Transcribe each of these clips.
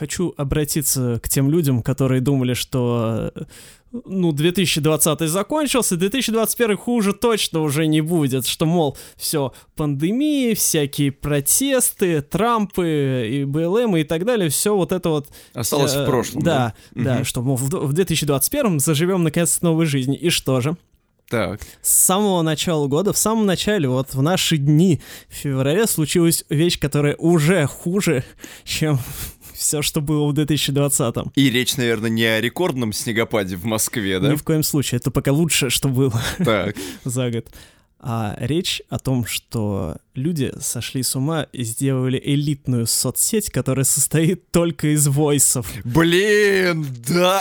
хочу обратиться к тем людям, которые думали, что 2020 закончился, 2021 хуже точно уже не будет, что, мол, все, пандемии, всякие протесты, Трампы и БЛМ и так далее, все вот это вот... Осталось в прошлом, да? Да, что, мол, в 2021 заживем наконец новой жизнью. И что же? Так. С самого начала года, в самом начале, вот в наши дни, в феврале, случилась вещь, которая уже хуже, чем все, что было в 2020-м. И речь, наверное, не о рекордном снегопаде в Москве, да? Ни в коем случае, это пока лучшее, что было за год. А речь о том, что люди сошли с ума и сделали элитную соцсеть, которая состоит только из войсов. Блин, да!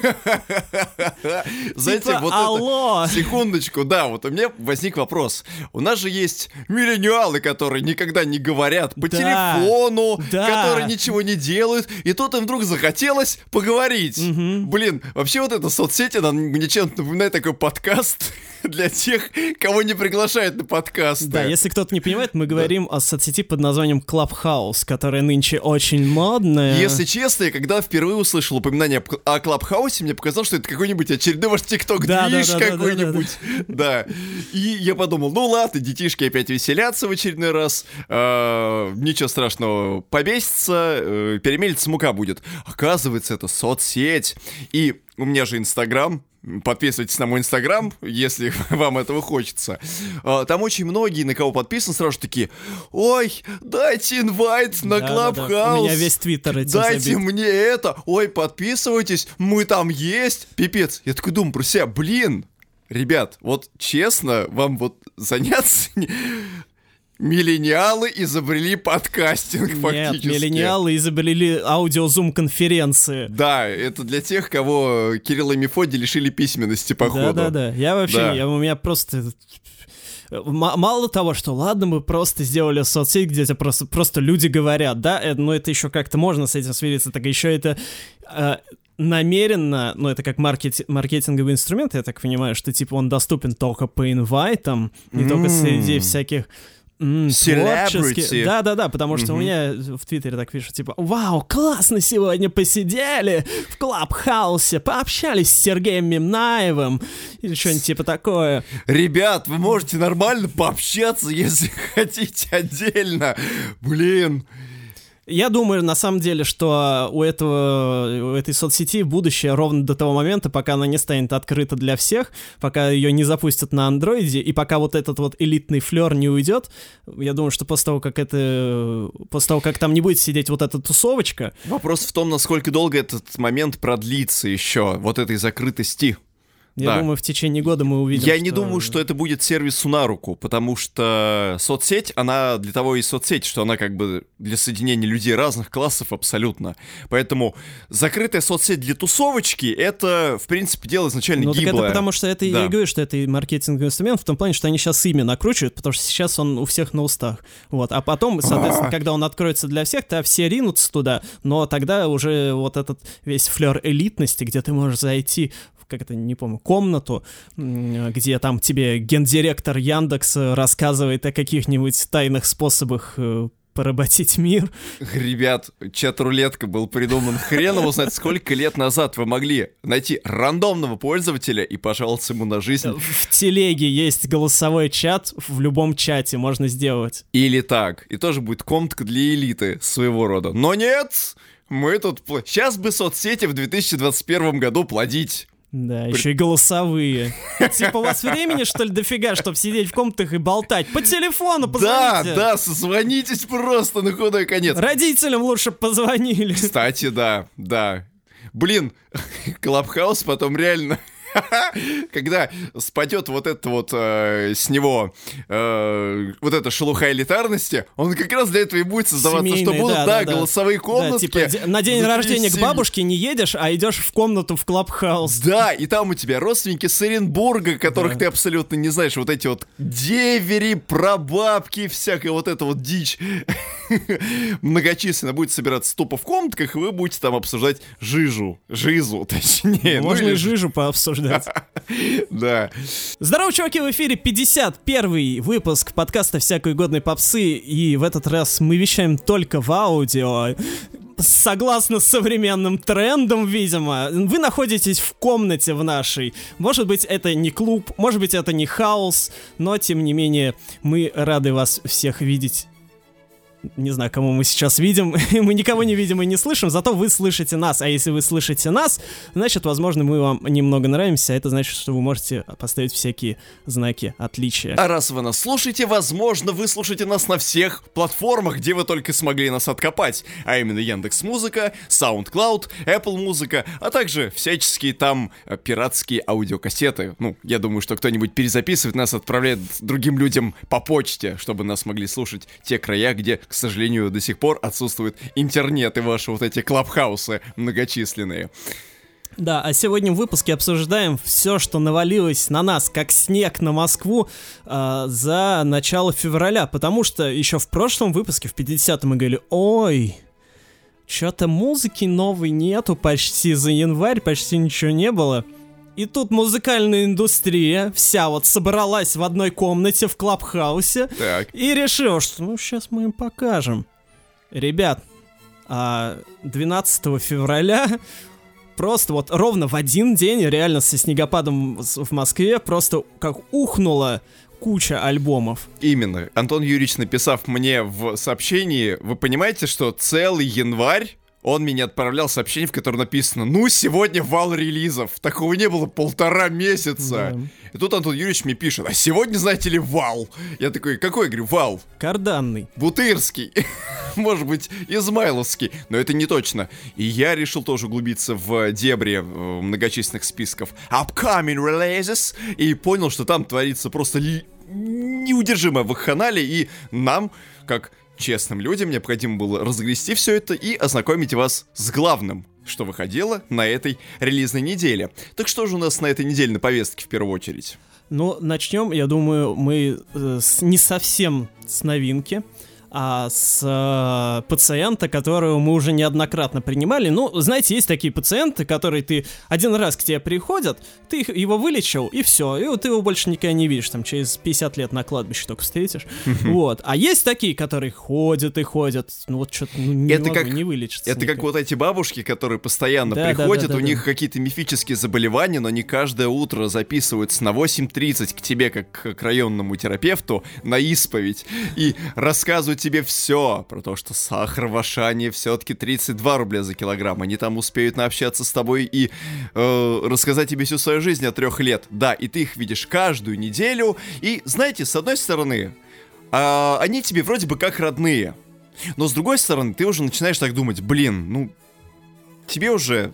Знаете, вот алло! это... Секундочку, да, вот у меня возник вопрос. У нас же есть миллениалы, которые никогда не говорят по телефону, которые ничего не делают, и тут им вдруг захотелось поговорить. Блин, вообще вот эта соцсеть, она мне чем-то напоминает такой подкаст для тех, кого не приглашают на подкасты. Да, если кто-то не понимает, мы говорим о соцсети под названием Clubhouse, которая нынче очень модная. Если честно, я когда впервые услышал упоминание о Clubhouse, мне показалось, что это какой-нибудь очередной ваш TikTok-движ какой-нибудь. Да. И я подумал, ну ладно, детишки опять веселятся в очередной раз, ничего страшного, побесится, перемелится мука будет. Оказывается, это соцсеть. И у меня же Инстаграм. Подписывайтесь на мой Инстаграм, если вам этого хочется. Там очень многие, на кого подписаны, сразу же такие: ой, дайте инвайт на Clubhouse. У меня весь Твиттер этим дайте забит. мне это. Ой, подписывайтесь, мы там есть. Пипец. Я такой думаю про себя, блин, ребят, вот честно, вам вот заняться... Миллениалы изобрели подкастинг фактически. Нет, миллениалы изобрели аудио-зум-конференции. Да, это для тех, кого Кирилл и Мефодий лишили письменности, походу. Да. Я вообще, у меня просто... Мало того, что ладно, мы просто сделали соцсеть, где просто люди говорят, да, но это еще как-то можно с этим смириться, так еще это... намеренно, это как маркетинговый инструмент, я так понимаю, что типа он доступен только по инвайтам, не только среди всяких творческих. Да, потому что у меня в Твиттере так пишут, типа: вау, классно сегодня посидели в Клабхаусе, пообщались с Сергеем Мемнаевым, или что-нибудь типа такое. Ребят, вы можете нормально пообщаться, если хотите отдельно. Блин. Я думаю, на самом деле, что у этой соцсети будущее ровно до того момента, пока она не станет открыта для всех, пока ее не запустят на андроиде, и пока вот этот вот элитный флер не уйдет. Я думаю, что после того, как там не будет сидеть вот эта тусовочка... Вопрос в том, насколько долго этот момент продлится еще, вот этой закрытости. Я думаю, в течение года мы увидим, Я не думаю, что это будет сервису на руку, потому что соцсеть, она для того и соцсеть, что она как бы для соединения людей разных классов абсолютно. Поэтому закрытая соцсеть для тусовочки — это, в принципе, дело изначально гиблое. Так это потому что это, я говорю, что это маркетинговый инструмент в том плане, что они сейчас имя накручивают, потому что сейчас он у всех на устах. Вот. А потом, соответственно, когда он откроется для всех, то все ринутся туда, но тогда уже вот этот весь флер элитности, где ты можешь зайти комнату, где там тебе гендиректор Яндекса рассказывает о каких-нибудь тайных способах поработить мир. Ребят, чат-рулетка был придуман хрен его знает, сколько лет назад вы могли найти рандомного пользователя и пожаловаться ему на жизнь. В телеге есть голосовой чат, в любом чате можно сделать. Или так. И тоже будет комнатка для элиты своего рода. Но нет! Мы тут... Сейчас бы соцсети в 2021 году плодить. Да, еще и голосовые. Типа у вас времени, что ли, дофига, чтобы сидеть в комнатах и болтать? По телефону позвоните. Да, созвонитесь просто на худой конец. Родителям лучше позвонили. Кстати, да. Блин, Клабхаус потом реально... Когда спадет вот это вот с него вот эта шелуха элитарности, он как раз для этого и будет создаваться, семейные, что будут, голосовые комнатки. Да, типа, на день рождения к бабушке не едешь, а идешь в комнату в Клабхаус. Да, и там у тебя родственники с Оренбурга, которых ты абсолютно не знаешь, вот эти вот девери, прабабки, всякая вот эта вот дичь многочисленно будет собираться тупо в комнатках, и вы будете там обсуждать жизу, точнее. Можно и жижу пообсуждать. Да. Здорово, чуваки, в эфире 51-й выпуск подкаста «Всякой годной попсы», и в этот раз мы вещаем только в аудио. согласно современным трендам, видимо, вы находитесь в комнате в нашей. Может быть, это не клуб, может быть, это не хаус, но, тем не менее, мы рады вас всех видеть. Не знаю, кому мы сейчас видим. Мы никого не видим и не слышим, зато вы слышите нас. А если вы слышите нас, значит, возможно, мы вам немного нравимся. А это значит, что вы можете поставить всякие знаки отличия. А раз вы нас слушаете, возможно, вы слушаете нас на всех платформах, где вы только смогли нас откопать. А именно Яндекс.Музыка, SoundCloud, Apple Музыка, а также всяческие там пиратские аудиокассеты. Ну, я думаю, что кто-нибудь перезаписывает нас, отправляет другим людям по почте, чтобы нас могли слушать те края, где, к сожалению, до сих пор отсутствует интернет и ваши вот эти клабхаусы многочисленные. Да, а сегодня в выпуске обсуждаем все, что навалилось на нас, как снег на Москву, за начало февраля. Потому что еще в прошлом выпуске, в 50-м, мы говорили: ой, что-то музыки новой нету почти за январь, почти ничего не было. И тут музыкальная индустрия вся вот собралась в одной комнате в клабхаусе и решила, что ну сейчас мы им покажем. Ребят, 12 февраля просто вот ровно в один день, реально со снегопадом в Москве, просто как ухнула куча альбомов. Именно. Антон Юрьевич, написав мне в сообщении, вы понимаете, что целый январь он мне отправлял сообщение, в котором написано: ну, сегодня вал релизов. Такого не было 1,5 месяца. Да. И тут Антон Юрьевич мне пишет: а сегодня, знаете ли, вал. Я такой: какой? Я говорю: вал. Карданный. Бутырский. Может быть, измайловский. Но это не точно. И я решил тоже углубиться в дебри многочисленных списков upcoming releases. И понял, что там творится просто неудержимая вакханалия. И нам, как честным людям, необходимо было разгрести все это и ознакомить вас с главным, что выходило на этой релизной неделе. Так что же у нас на этой неделе на повестке в первую очередь? Ну, начнем, я думаю, мы не совсем с новинки, а с пациента, которого мы уже неоднократно принимали. Ну, знаете, есть такие пациенты, которые ты один раз к тебе приходят, ты его вылечил, и все, и вот ты его больше никогда не видишь, там, через 50 лет на кладбище только встретишь. Вот. А есть такие, которые ходят и ходят, ну вот что-то не вылечится. Это как вот эти бабушки, которые постоянно приходят, у них какие-то мифические заболевания, но они каждое утро записываются на 8:30 к тебе, как к районному терапевту, на исповедь, и рассказывают тебе все про то, что сахар в Ашане все-таки 32 рубля за килограмм. Они там успеют наобщаться с тобой и рассказать тебе всю свою жизнь от 3 лет. Да, и ты их видишь каждую неделю. И, знаете, с одной стороны, они тебе вроде бы как родные. Но с другой стороны, ты уже начинаешь так думать: блин, ну, тебе уже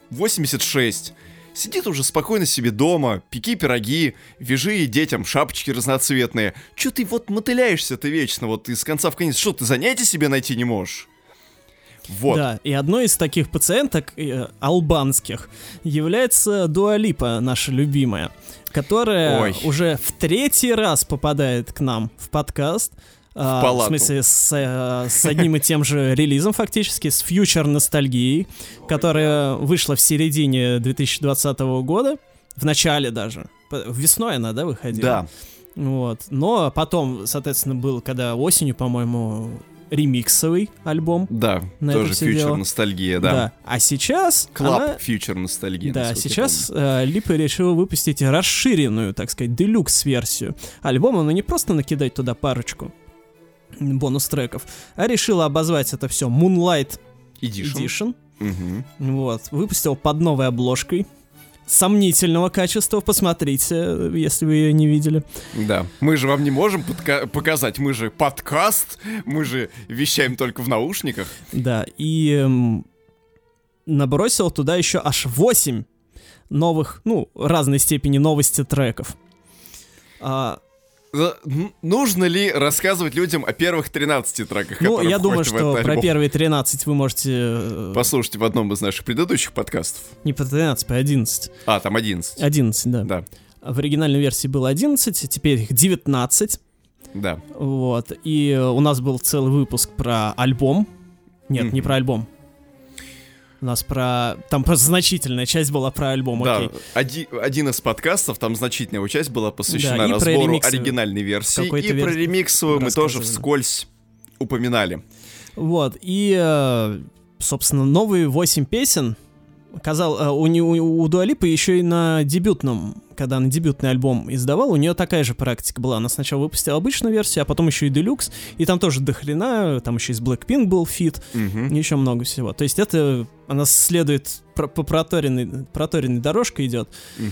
86. Сиди ты уже спокойно себе дома, пеки пироги, вяжи детям шапочки разноцветные. Чё ты вот мотыляешься-то вечно, вот из конца в конец? Что, ты занятия себе найти не можешь? Вот. Да, и одной из таких пациенток албанских является Дуа Липа, наша любимая, которая уже в 3-й раз попадает к нам в подкаст. В смысле, с одним и тем же релизом фактически, с Future ностальгией, которая вышла в середине 2020 года, в начале даже. Весной она, да, выходила? Да. Вот. Но потом, соответственно, был, когда осенью, по-моему, ремиксовый альбом. Да, тоже Future ностальгия, да. А сейчас... Future ностальгия. Да, сейчас Липа решила выпустить расширенную, так сказать, делюкс-версию альбома, но не просто накидать туда парочку бонус-треков, а решила обозвать это все Moonlight Edition. Угу. Вот. Выпустил под новой обложкой сомнительного качества, посмотрите, если вы ее не видели. Да, мы же вам не можем показать, мы же подкаст, мы же вещаем только в наушниках. Да, и набросил туда еще аж 8 новых, ну, разной степени новости треков. Нужно ли рассказывать людям о первых 13 треках, которые входят в этот альбом? Ну, я думаю, что про первые 13 вы можете... послушать в одном из наших предыдущих подкастов. Не по 13, по 11. Там 11. 11, да. Да. В оригинальной версии было 11, теперь их 19. Да. Вот. И у нас был целый выпуск про альбом. Нет, не про альбом. У нас там просто значительная часть была про альбом, да, окей. Один из подкастов, там значительная часть была посвящена разбору оригинальной версии. И про ремиксовую мы тоже вскользь упоминали. Вот, и собственно, новые 8 песен. У Дуа Липы еще и на дебютном, когда она дебютный альбом издавала, у нее такая же практика была. Она сначала выпустила обычную версию, а потом еще и делюкс, и там тоже дохрена, там еще и с Blackpink был фит, и еще много всего. То есть это она следует по проторенной дорожке идет,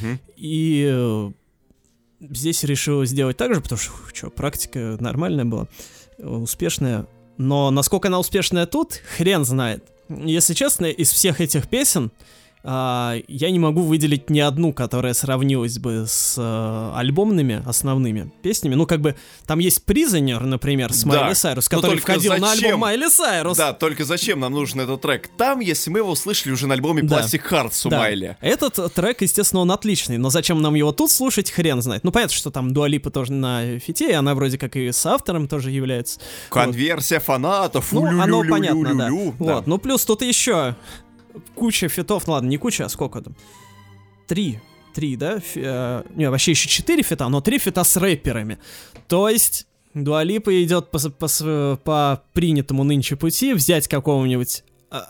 и здесь решила сделать так же, потому что практика нормальная была, успешная. Но насколько она успешная тут, хрен знает. Если честно, из всех этих песен я не могу выделить ни одну, которая сравнилась бы с альбомными основными песнями. Ну, как бы, там есть «Призонер», например, с Майли Сайрус, который входил на альбом Майли Сайрус. Да, только зачем нам нужен этот трек? Там, если мы его слышали уже на альбоме Plastic Hearts у Майли. Этот трек, естественно, он отличный, но зачем нам его тут слушать, хрен знает. Ну, понятно, что там Дуа Липа тоже на фите, и она вроде как и с автором тоже является. Конверсия фанатов. Ну, оно понятно, да. Вот. Ну, плюс тут еще... куча фитов, ну ладно, не куча, а сколько там? 3, да? Не, вообще еще 4 фита, но 3 фита с рэперами. То есть Дуа Липа идет по принятому нынче пути, взять какого-нибудь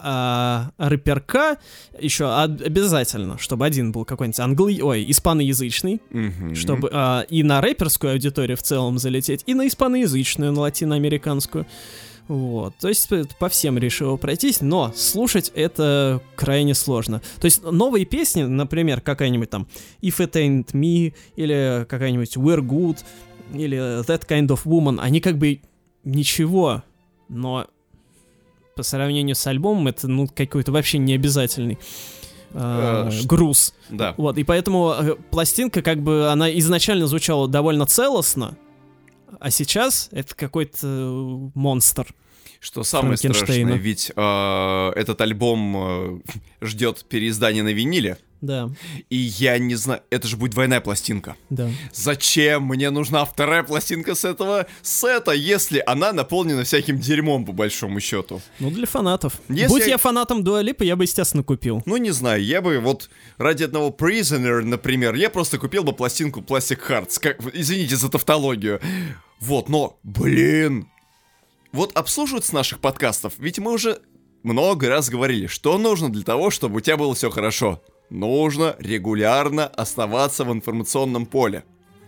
рэперка, еще обязательно, чтобы один был какой-нибудь испаноязычный, чтобы и на рэперскую аудиторию в целом залететь, и на испаноязычную, на латиноамериканскую. Вот, то есть по всем решил пройтись, но слушать это крайне сложно. То есть новые песни, например, какая-нибудь там If It Ain't Me, или какая-нибудь We're Good, или That Kind of Woman, они как бы ничего, но по сравнению с альбомом это ну какой-то вообще необязательный груз. Да. Вот, и поэтому пластинка как бы, она изначально звучала довольно целостно, а сейчас это какой-то монстр. Что самое страшное, ведь этот альбом ждет переиздания на виниле. Да. И я не знаю, это же будет двойная пластинка. Да. Зачем мне нужна вторая пластинка с этого сета, если она наполнена всяким дерьмом, по большому счету? Ну, для фанатов. Будь я фанатом Дуа Липы, я бы, естественно, купил. Ну, не знаю, я бы вот ради одного Prisoner, например, я просто купил бы пластинку Plastic Hearts. Извините за тавтологию. Вот, но, блин... Вот обслуживаются наших подкастов, ведь мы уже много раз говорили, что нужно для того, чтобы у тебя было все хорошо. Нужно регулярно оставаться в информационном поле.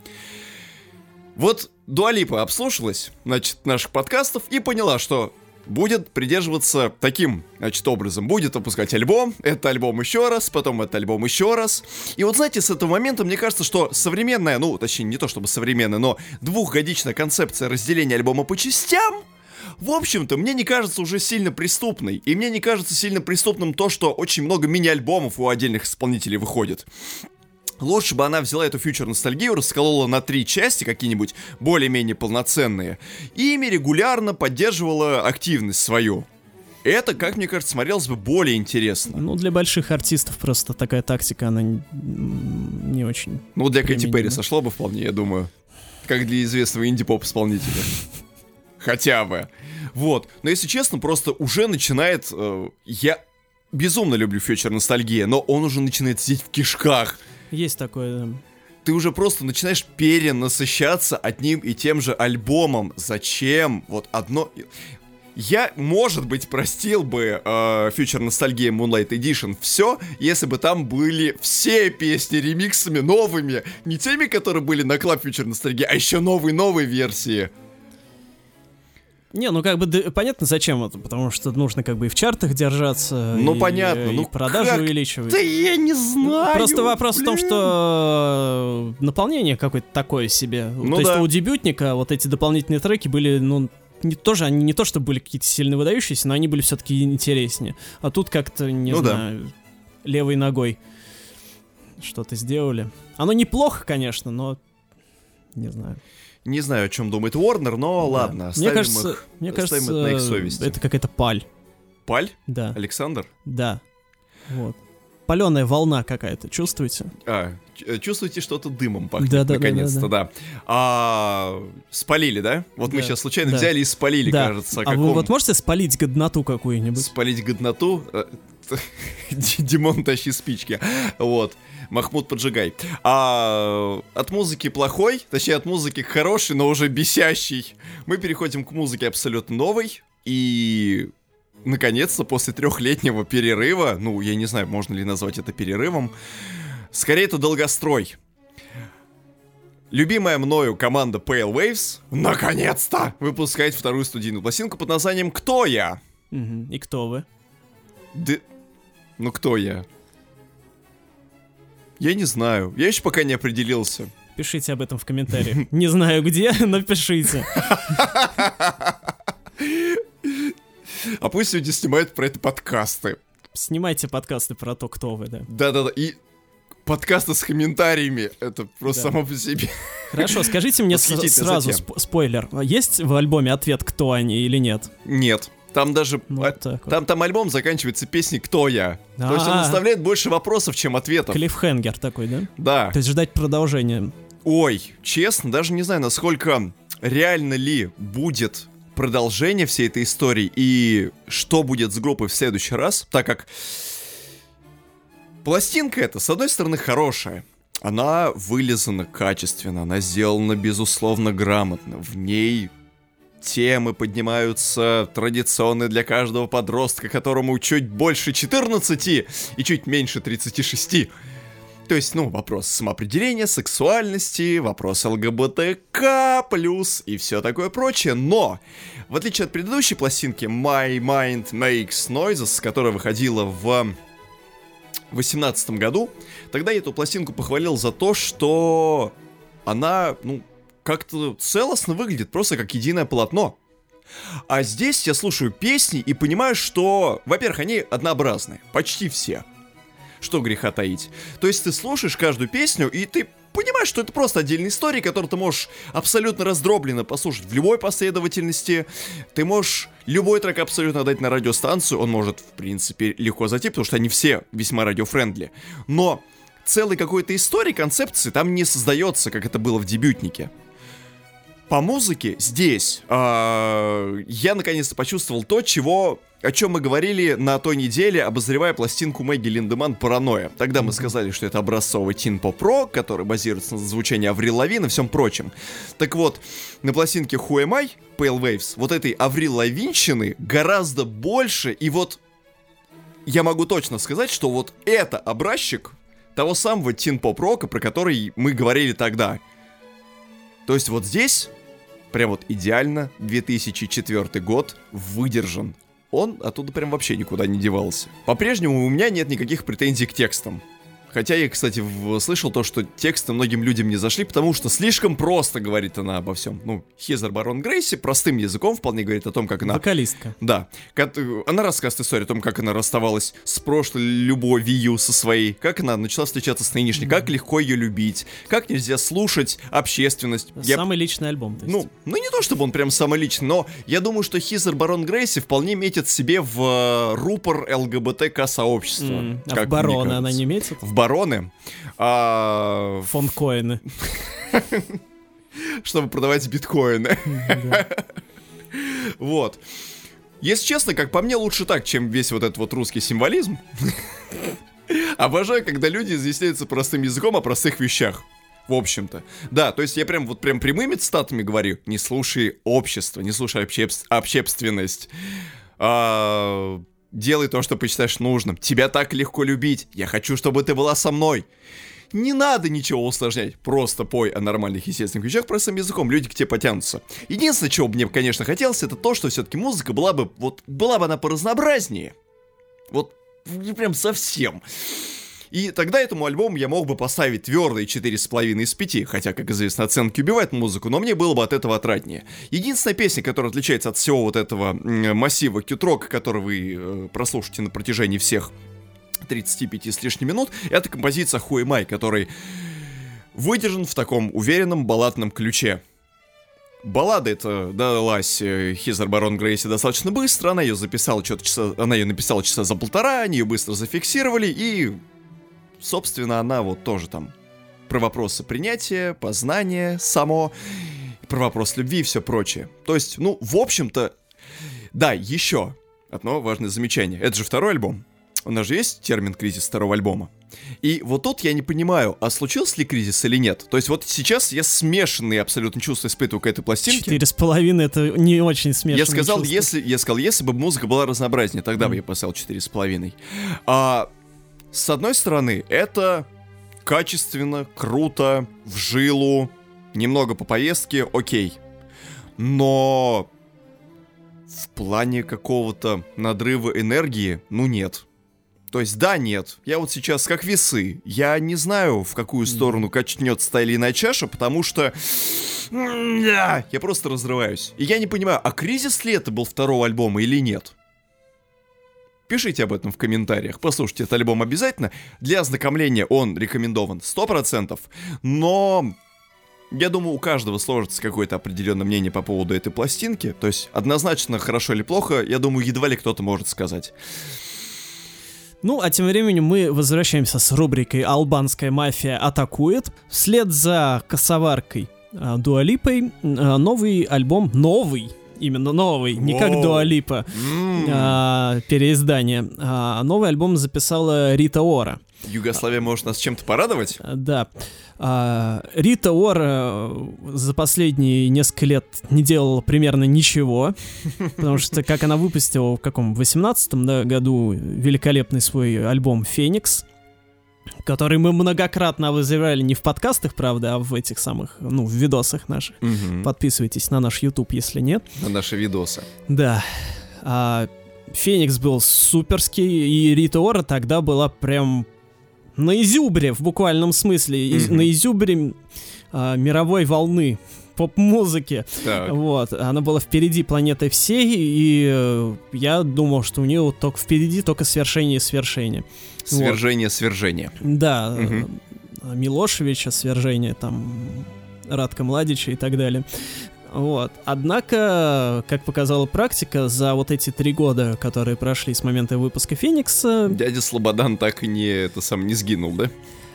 Вот Дуа Липа обслушалась, значит, наших подкастов и поняла, что будет придерживаться таким, значит, образом. Будет выпускать альбом, это альбом еще раз, потом это альбом еще раз. И вот, знаете, с этого момента, мне кажется, что современная, ну, точнее, не то чтобы современная, но двухгодичная концепция разделения альбома по частям, в общем-то, мне не кажется уже сильно преступной. И мне не кажется сильно преступным то, что очень много мини-альбомов у отдельных исполнителей выходит. Лучше бы она взяла эту фьючер-ностальгию, расколола на 3 части, какие-нибудь более-менее полноценные, и ими регулярно поддерживала активность свою. Это, как мне кажется, смотрелось бы более интересно. Ну, для больших артистов просто такая тактика, она не очень... Ну, для Кэти Перри сошло бы вполне, я думаю. Как для известного инди-поп-исполнителя. Хотя бы. Вот. Но если честно, просто уже начинает... я безумно люблю фьючер-ностальгия, но он уже начинает сидеть в кишках. Есть такое, да. Ты уже просто начинаешь перенасыщаться одним и тем же альбомом. Зачем? Вот одно... Я, может быть, простил бы Future Nostalgia Moonlight Edition все, если бы там были все песни ремиксами новыми. Не теми, которые были на Club Future Nostalgia, а еще новые версии. Не, ну как бы понятно, зачем это, потому что нужно как бы и в чартах держаться, ну, понятно, и ну продажи как? увеличивать. Да я не знаю. Просто вопрос в том, что наполнение какое-то такое себе. Ну, то да. есть у дебютника вот эти дополнительные треки были, ну, они не то, что были какие-то сильно выдающиеся, но они были все-таки интереснее. А тут как-то, не знаю, левой ногой что-то сделали. Оно неплохо, конечно, но не знаю. Не знаю, о чем думает Warner, но ладно, мне кажется, кажется, это на их совести. Это какая-то паль. Паль? Да. Александр? Да. Вот. Паленая волна какая-то, чувствуете? Чувствуете, что-то дымом пахнет, да, наконец-то, да. Спалили, да? Вот мы сейчас случайно взяли и спалили, кажется. А вы вот можете спалить годноту какую-нибудь? Спалить годноту? Димон, тащи спички. Вот. Махмуд, поджигай. От музыки плохой, точнее от музыки хорошей, но уже бесящей, мы переходим к музыке абсолютно новой. И наконец-то, после 3-летнего перерыва, ну, я не знаю, можно ли назвать это перерывом, скорее это долгострой. Любимая мною команда Pale Waves наконец-то выпускает вторую студийную пластинку под названием «Кто я?». И кто вы? Ну, кто я? Я не знаю. Я еще пока не определился. Пишите об этом в комментариях. Не знаю где, но пишите. А пусть люди снимают про это подкасты. Снимайте подкасты про то, кто вы, да. Да-да-да, и подкасты с комментариями. Это просто само по себе. Хорошо, скажите мне сразу спойлер. Есть в альбоме ответ, кто они или нет? Нет. Там даже... Там альбом заканчивается песней «Кто я?». То есть он оставляет больше вопросов, чем ответов. Клиффхенгер такой, да? Да. То есть ждать продолжения. Ой, честно, даже не знаю, насколько реально ли будет продолжение всей этой истории и что будет с группой в следующий раз, так как пластинка эта, с одной стороны, хорошая. Она вылизана качественно, она сделана, безусловно, грамотно. В ней темы поднимаются традиционные для каждого подростка, которому чуть больше 14 и чуть меньше 36. То есть, ну, вопрос самоопределения, сексуальности, вопрос ЛГБТК+, и все такое прочее. Но, в отличие от предыдущей пластинки My Mind Makes Noises, которая выходила в 2018 году, тогда я эту пластинку похвалил за то, что она, ну, как-то целостно выглядит, просто как единое полотно. А здесь я слушаю песни и понимаю, что, во-первых, они однообразные, почти все. Что греха таить. То есть ты слушаешь каждую песню, и ты понимаешь, что это просто отдельные истории, которые ты можешь абсолютно раздробленно послушать в любой последовательности. Ты можешь любой трек абсолютно отдать на радиостанцию, он может, в принципе, легко зайти, потому что они все весьма радиофрендли. Но целой какой-то истории, концепции там не создается, как это было в дебютнике. По музыке здесь я наконец-то почувствовал то, о чем мы говорили на той неделе, обозревая пластинку Мэгги Линдеманн «Паранойя». Тогда мы сказали, что это образцовый тин-поп-рок, который базируется на звучании Аврил Лавин и всем прочем. Так вот, на пластинке Who Am I, Pale Waves, вот этой Аврил Лавинщины гораздо больше, и вот я могу точно сказать, что вот это образчик того самого тин-поп-рока, про который мы говорили тогда. То есть вот здесь прям вот идеально 2004 год выдержан. Он оттуда прям вообще никуда не девался. По-прежнему у меня нет никаких претензий к текстам. Хотя я, кстати, слышал то, что тексты многим людям не зашли, потому что слишком просто говорит она обо всем. Ну, Хизер Барон Грейси простым языком вполне говорит о том, как она... Вокалистка. Да. Она рассказывает историю о том, как она расставалась с прошлой любовью со своей, как она начала встречаться с нынешней, как легко ее любить, как нельзя слушать общественность. Самый личный альбом, то есть. Ну, не то, чтобы он прям самый личный, но я думаю, что Хизер Барон Грейси вполне метит себе в рупор ЛГБТК-сообщества. А в бароны она не метит? В бароны. Фонкоины. Чтобы продавать биткоины. Вот. Если честно, как по мне, лучше так, чем весь вот этот вот русский символизм. Обожаю, когда люди изъясняются простым языком о простых вещах. В общем-то. Да, то есть я прям прямыми цитатами говорю. Не слушай общество, не слушай общественность. Делай то, что посчитаешь нужным. Тебя так легко любить. Я хочу, чтобы ты была со мной. Не надо ничего усложнять. Просто пой о нормальных естественных вещах простым языком. Люди к тебе потянутся. Единственное, чего бы мне, конечно, хотелось, это то, что все-таки музыка была бы она поразнообразнее. Вот прям совсем. И тогда этому альбому я мог бы поставить твердые 4,5 из 5, хотя, как известно, оценки убивают музыку, но мне было бы от этого отраднее. Единственная песня, которая отличается от всего вот этого массива кьют-рока, который вы прослушаете на протяжении всех 35 с лишним минут, это композиция Who Am I, который выдержан в таком уверенном балладном ключе. Баллада эта далась Хизер Барон Грейси достаточно быстро, она ее написала часа за полтора, они ее быстро зафиксировали, и... Собственно, она вот тоже там про вопросы принятия, познания само, про вопрос любви и все прочее. То есть, ну, в общем-то, да, еще одно важное замечание. Это же второй альбом. у нас же есть термин «кризис второго альбома». И вот тут я не понимаю, а случился ли кризис или нет. То есть вот сейчас я смешанные абсолютно чувства испытываю к этой пластинке. 4,5 это не очень смешанные я сказал, если бы музыка была разнообразнее, тогда бы я поставил 4,5. С одной стороны, это качественно, круто, в жилу, немного по поездке, окей. Но в плане какого-то надрыва энергии, нет. То есть, да, нет. Я вот сейчас как весы. Я не знаю, в какую сторону качнется та или иная чаша, потому что... я просто разрываюсь. И я не понимаю, а кризис ли это был второго альбома или нет? Пишите об этом в комментариях. Послушайте этот альбом обязательно. Для ознакомления он рекомендован 100%. Но... я думаю, у каждого сложится какое-то определенное мнение по поводу этой пластинки. То есть, однозначно, хорошо или плохо, я думаю, едва ли кто-то может сказать. А тем временем мы возвращаемся с рубрикой «Албанская мафия атакует». Вслед за косоваркой Дуа Липой новый альбом, именно новый, не как Дуа Липа, переиздание. Новый альбом записала Рита Ора. Югославия может нас чем-то порадовать? Да. Рита Ора за последние несколько лет не делала примерно ничего, потому что, как она выпустила в 18-м году великолепный свой альбом «Феникс», который мы многократно обозревали не в подкастах, правда, а в этих самых, в видосах наших. Подписывайтесь на наш YouTube, если нет. На наши видосы. Да. «Феникс» был суперский, и Рита Ора тогда была прям... на изюбре, в буквальном смысле, на изюбре мировой волны поп-музыки. Вот. Она была впереди планеты всей, и я думал, что у нее только впереди только свержение. Свержение. Да. Милошевича, свержение, там, Радка Младича и так далее. Вот. Однако, как показала практика, за вот эти 3 года, которые прошли с момента выпуска «Феникса...» Дядя Слободан так и не сгинул, да?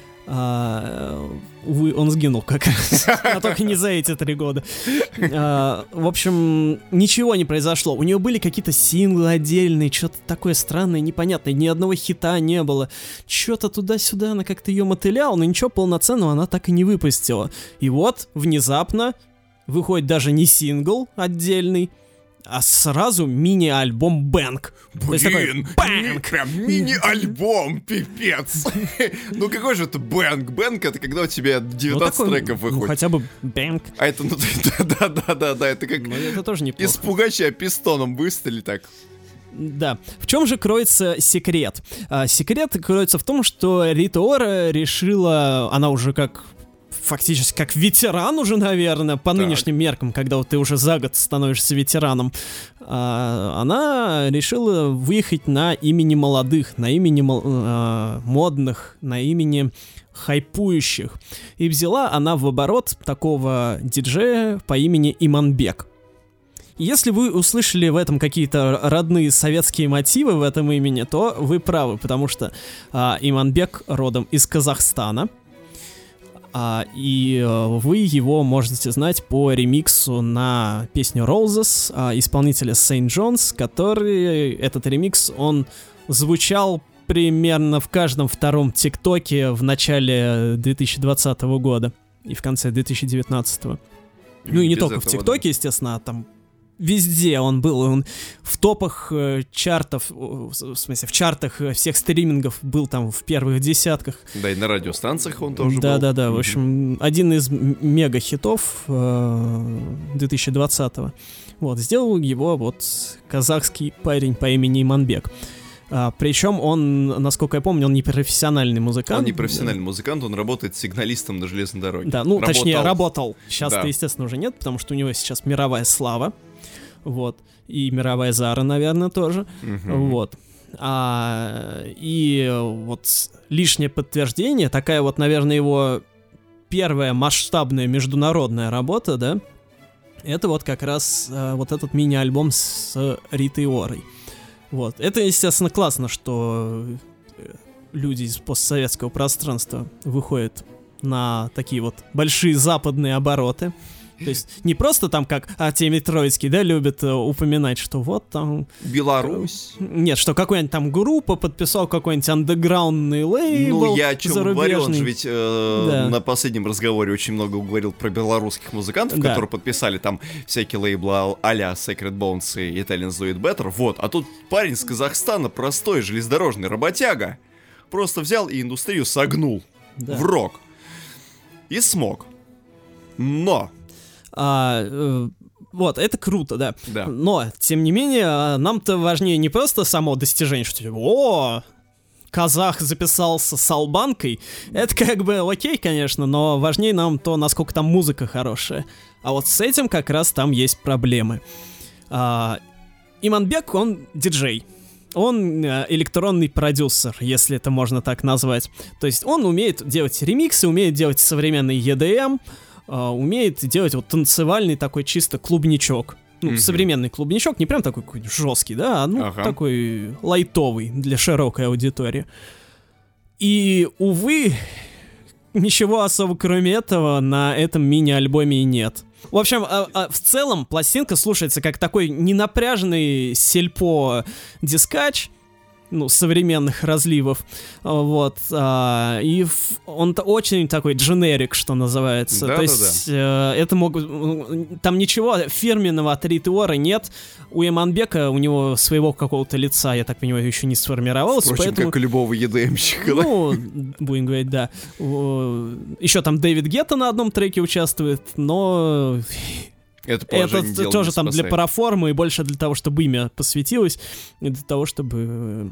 Увы, он сгинул как раз, а только не за эти 3 года. В общем, ничего не произошло. У нее были какие-то синглы отдельные, что-то такое странное, непонятное, ни одного хита не было. Что-то туда-сюда она как-то ее мотыляла, но ничего полноценного она так и не выпустила. И вот, внезапно, выходит даже не сингл отдельный, а сразу мини-альбом «Бэнг». Блин, прям мини-альбом, пипец. Ну какой же это «Бэнг»? «Бэнг» — это когда у тебя 19 треков выходит. Ну хотя бы «Бэнг». А это, да, это как это тоже неплохо. Из Пугача пистоном выстрели так. Да. В чем же кроется секрет? Секрет кроется в том, что Рита Ора решила, она уже фактически как ветеран уже, наверное, по нынешним меркам, когда вот ты уже за год становишься ветераном, она решила выехать на имени молодых, на имени модных, на имени хайпующих. И взяла она в оборот такого диджея по имени Иманбек. Если вы услышали в этом какие-то родные советские мотивы в этом имени, то вы правы, потому что Иманбек родом из Казахстана. И вы его можете знать по ремиксу на песню Roses исполнителя Saint John's, который, этот ремикс, он звучал примерно в каждом втором ТикТоке в начале 2020 года и в конце 2019. Ну и не только в ТикТоке, естественно, а там везде он был, он в топах чартов, в смысле, в чартах всех стримингов был там в первых десятках. Да, и на радиостанциях он тоже был. Да, в общем, один из мега-хитов 2020-го. Вот, сделал его вот казахский парень по имени Иманбек. Причем он, насколько я помню, он не профессиональный музыкант. Он не профессиональный музыкант, он работает сигналистом на железной дороге. Да, точнее, работал. Сейчас-то, естественно, уже нет, потому что у него сейчас мировая слава. Вот. И мировая Зара, наверное, тоже. Вот. И вот лишнее подтверждение, такая вот, наверное, его первая масштабная международная работа, да, это вот как раз вот этот мини-альбом с Ритой Орой. Вот. Это, естественно, классно, что люди из постсоветского пространства выходят на такие вот большие западные обороты. То есть не просто там, как Артемий Троицкий, да, любит упоминать, что вот там... Беларусь. Нет, что какая-нибудь там группа подписал какой-нибудь андеграундный лейбл. Ну, я о чем говорил, он же ведь на последнем разговоре очень много говорил про белорусских музыкантов, которые подписали там всякие лейблы а-ля Sacred Bones и Italians Do It Better. Вот, а тут парень из Казахстана, простой железнодорожный работяга, просто взял и индустрию согнул в рок. И смог. Но... Вот, это круто, да. Но, тем не менее, нам-то важнее не просто само достижение, что типа, казах записался с албанкой. Это как бы окей, конечно, но важнее нам то, насколько там музыка хорошая. А вот с этим как раз там есть проблемы. Иманбек, он диджей. Он электронный продюсер, если это можно так назвать. То есть он умеет делать ремиксы, умеет делать современный EDM, умеет делать вот танцевальный такой чисто клубничок. Ну, современный клубничок, не прям такой какой-нибудь жесткий, да, а такой лайтовый для широкой аудитории. И, увы, ничего особо кроме этого на этом мини-альбоме и нет. В общем, в целом пластинка слушается как такой ненапряженный сельпо-дискач, ну, современных разливов, вот, и он очень такой дженерик, что называется, то есть это могут, там ничего фирменного от Ритеора нет, у Иманбека, у него своего какого-то лица, я так понимаю, еще не сформировалось, впрочем, поэтому... как у любого EDM-щика, ну, будем говорить, да, еще там Дэвид Гетта на одном треке участвует, но... Это тоже там для параформы и больше для того, чтобы имя посвятилось, и для того, чтобы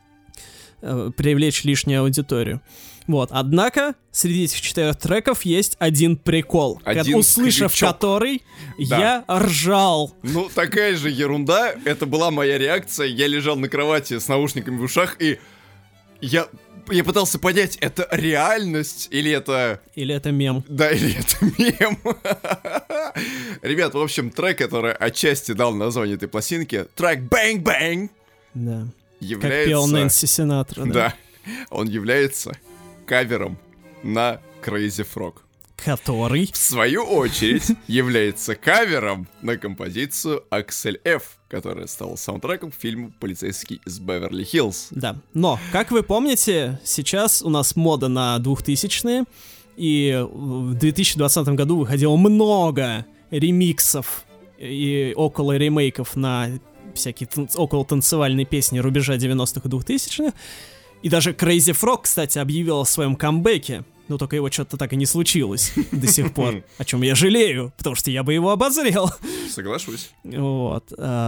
привлечь лишнюю аудиторию. Вот. Однако среди этих 4 треков есть один прикол, услышав крючок, который я ржал. Ну, такая же ерунда. Это была моя реакция. Я лежал на кровати с наушниками в ушах, и я пытался понять, это реальность или это... Или это мем. Да, или это мем. Ребят, в общем, трек, который отчасти дал название этой пластинки, трек «Bang Bang», да. является... Как пел Нэнси Синатра, да. Да, он является кавером на Crazy Frog. Который, в свою очередь, является кавером на композицию Axel F, которая стала саундтреком к фильму «Полицейский из Беверли-Хиллз». Да, но, как вы помните, сейчас у нас мода на 2000-е, и в 2020 году выходило много ремиксов и около ремейков на всякие около танцевальные песни рубежа 90-х и 2000-х. И даже Crazy Frog, кстати, объявил о своем камбэке, но только его что-то так и не случилось до сих пор, о чем я жалею, потому что я бы его обозрел. Соглашусь. Вот.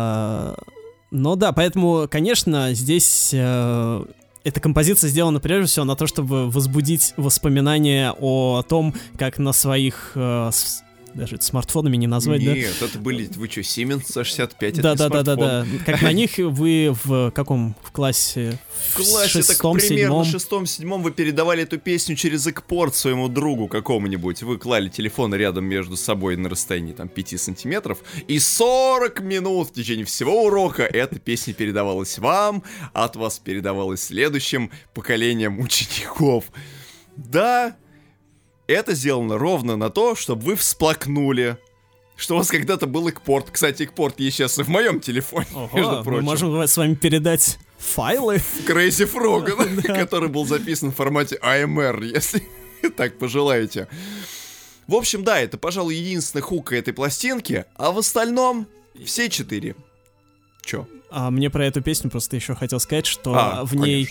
Но да, поэтому, конечно, здесь эта композиция сделана прежде всего на то, чтобы возбудить воспоминания о том, как на своих... даже смартфонами не назвать, да? Нет, это были, вы что, Siemens 65, да, это да, да. Как на них вы в каком классе? В классе, так примерно в 6-7 вы передавали эту песню через экпорт своему другу какому-нибудь. Вы клали телефоны рядом между собой на расстоянии там 5 сантиметров, и 40 минут в течение всего урока эта песня передавалась вам, а от вас передавалась следующим поколениям учеников. Да, это сделано ровно на то, чтобы вы всплакнули, что у вас когда-то был экпорт. Кстати, экпорт есть сейчас и в моем телефоне, между прочим. Мы можем с вами передать файлы. Crazy Frog, который был записан в формате AMR, если так пожелаете. В общем, да, это, пожалуй, единственная хука этой пластинки, а в остальном все 4. Чё? Мне про эту песню просто еще хотел сказать, что в ней...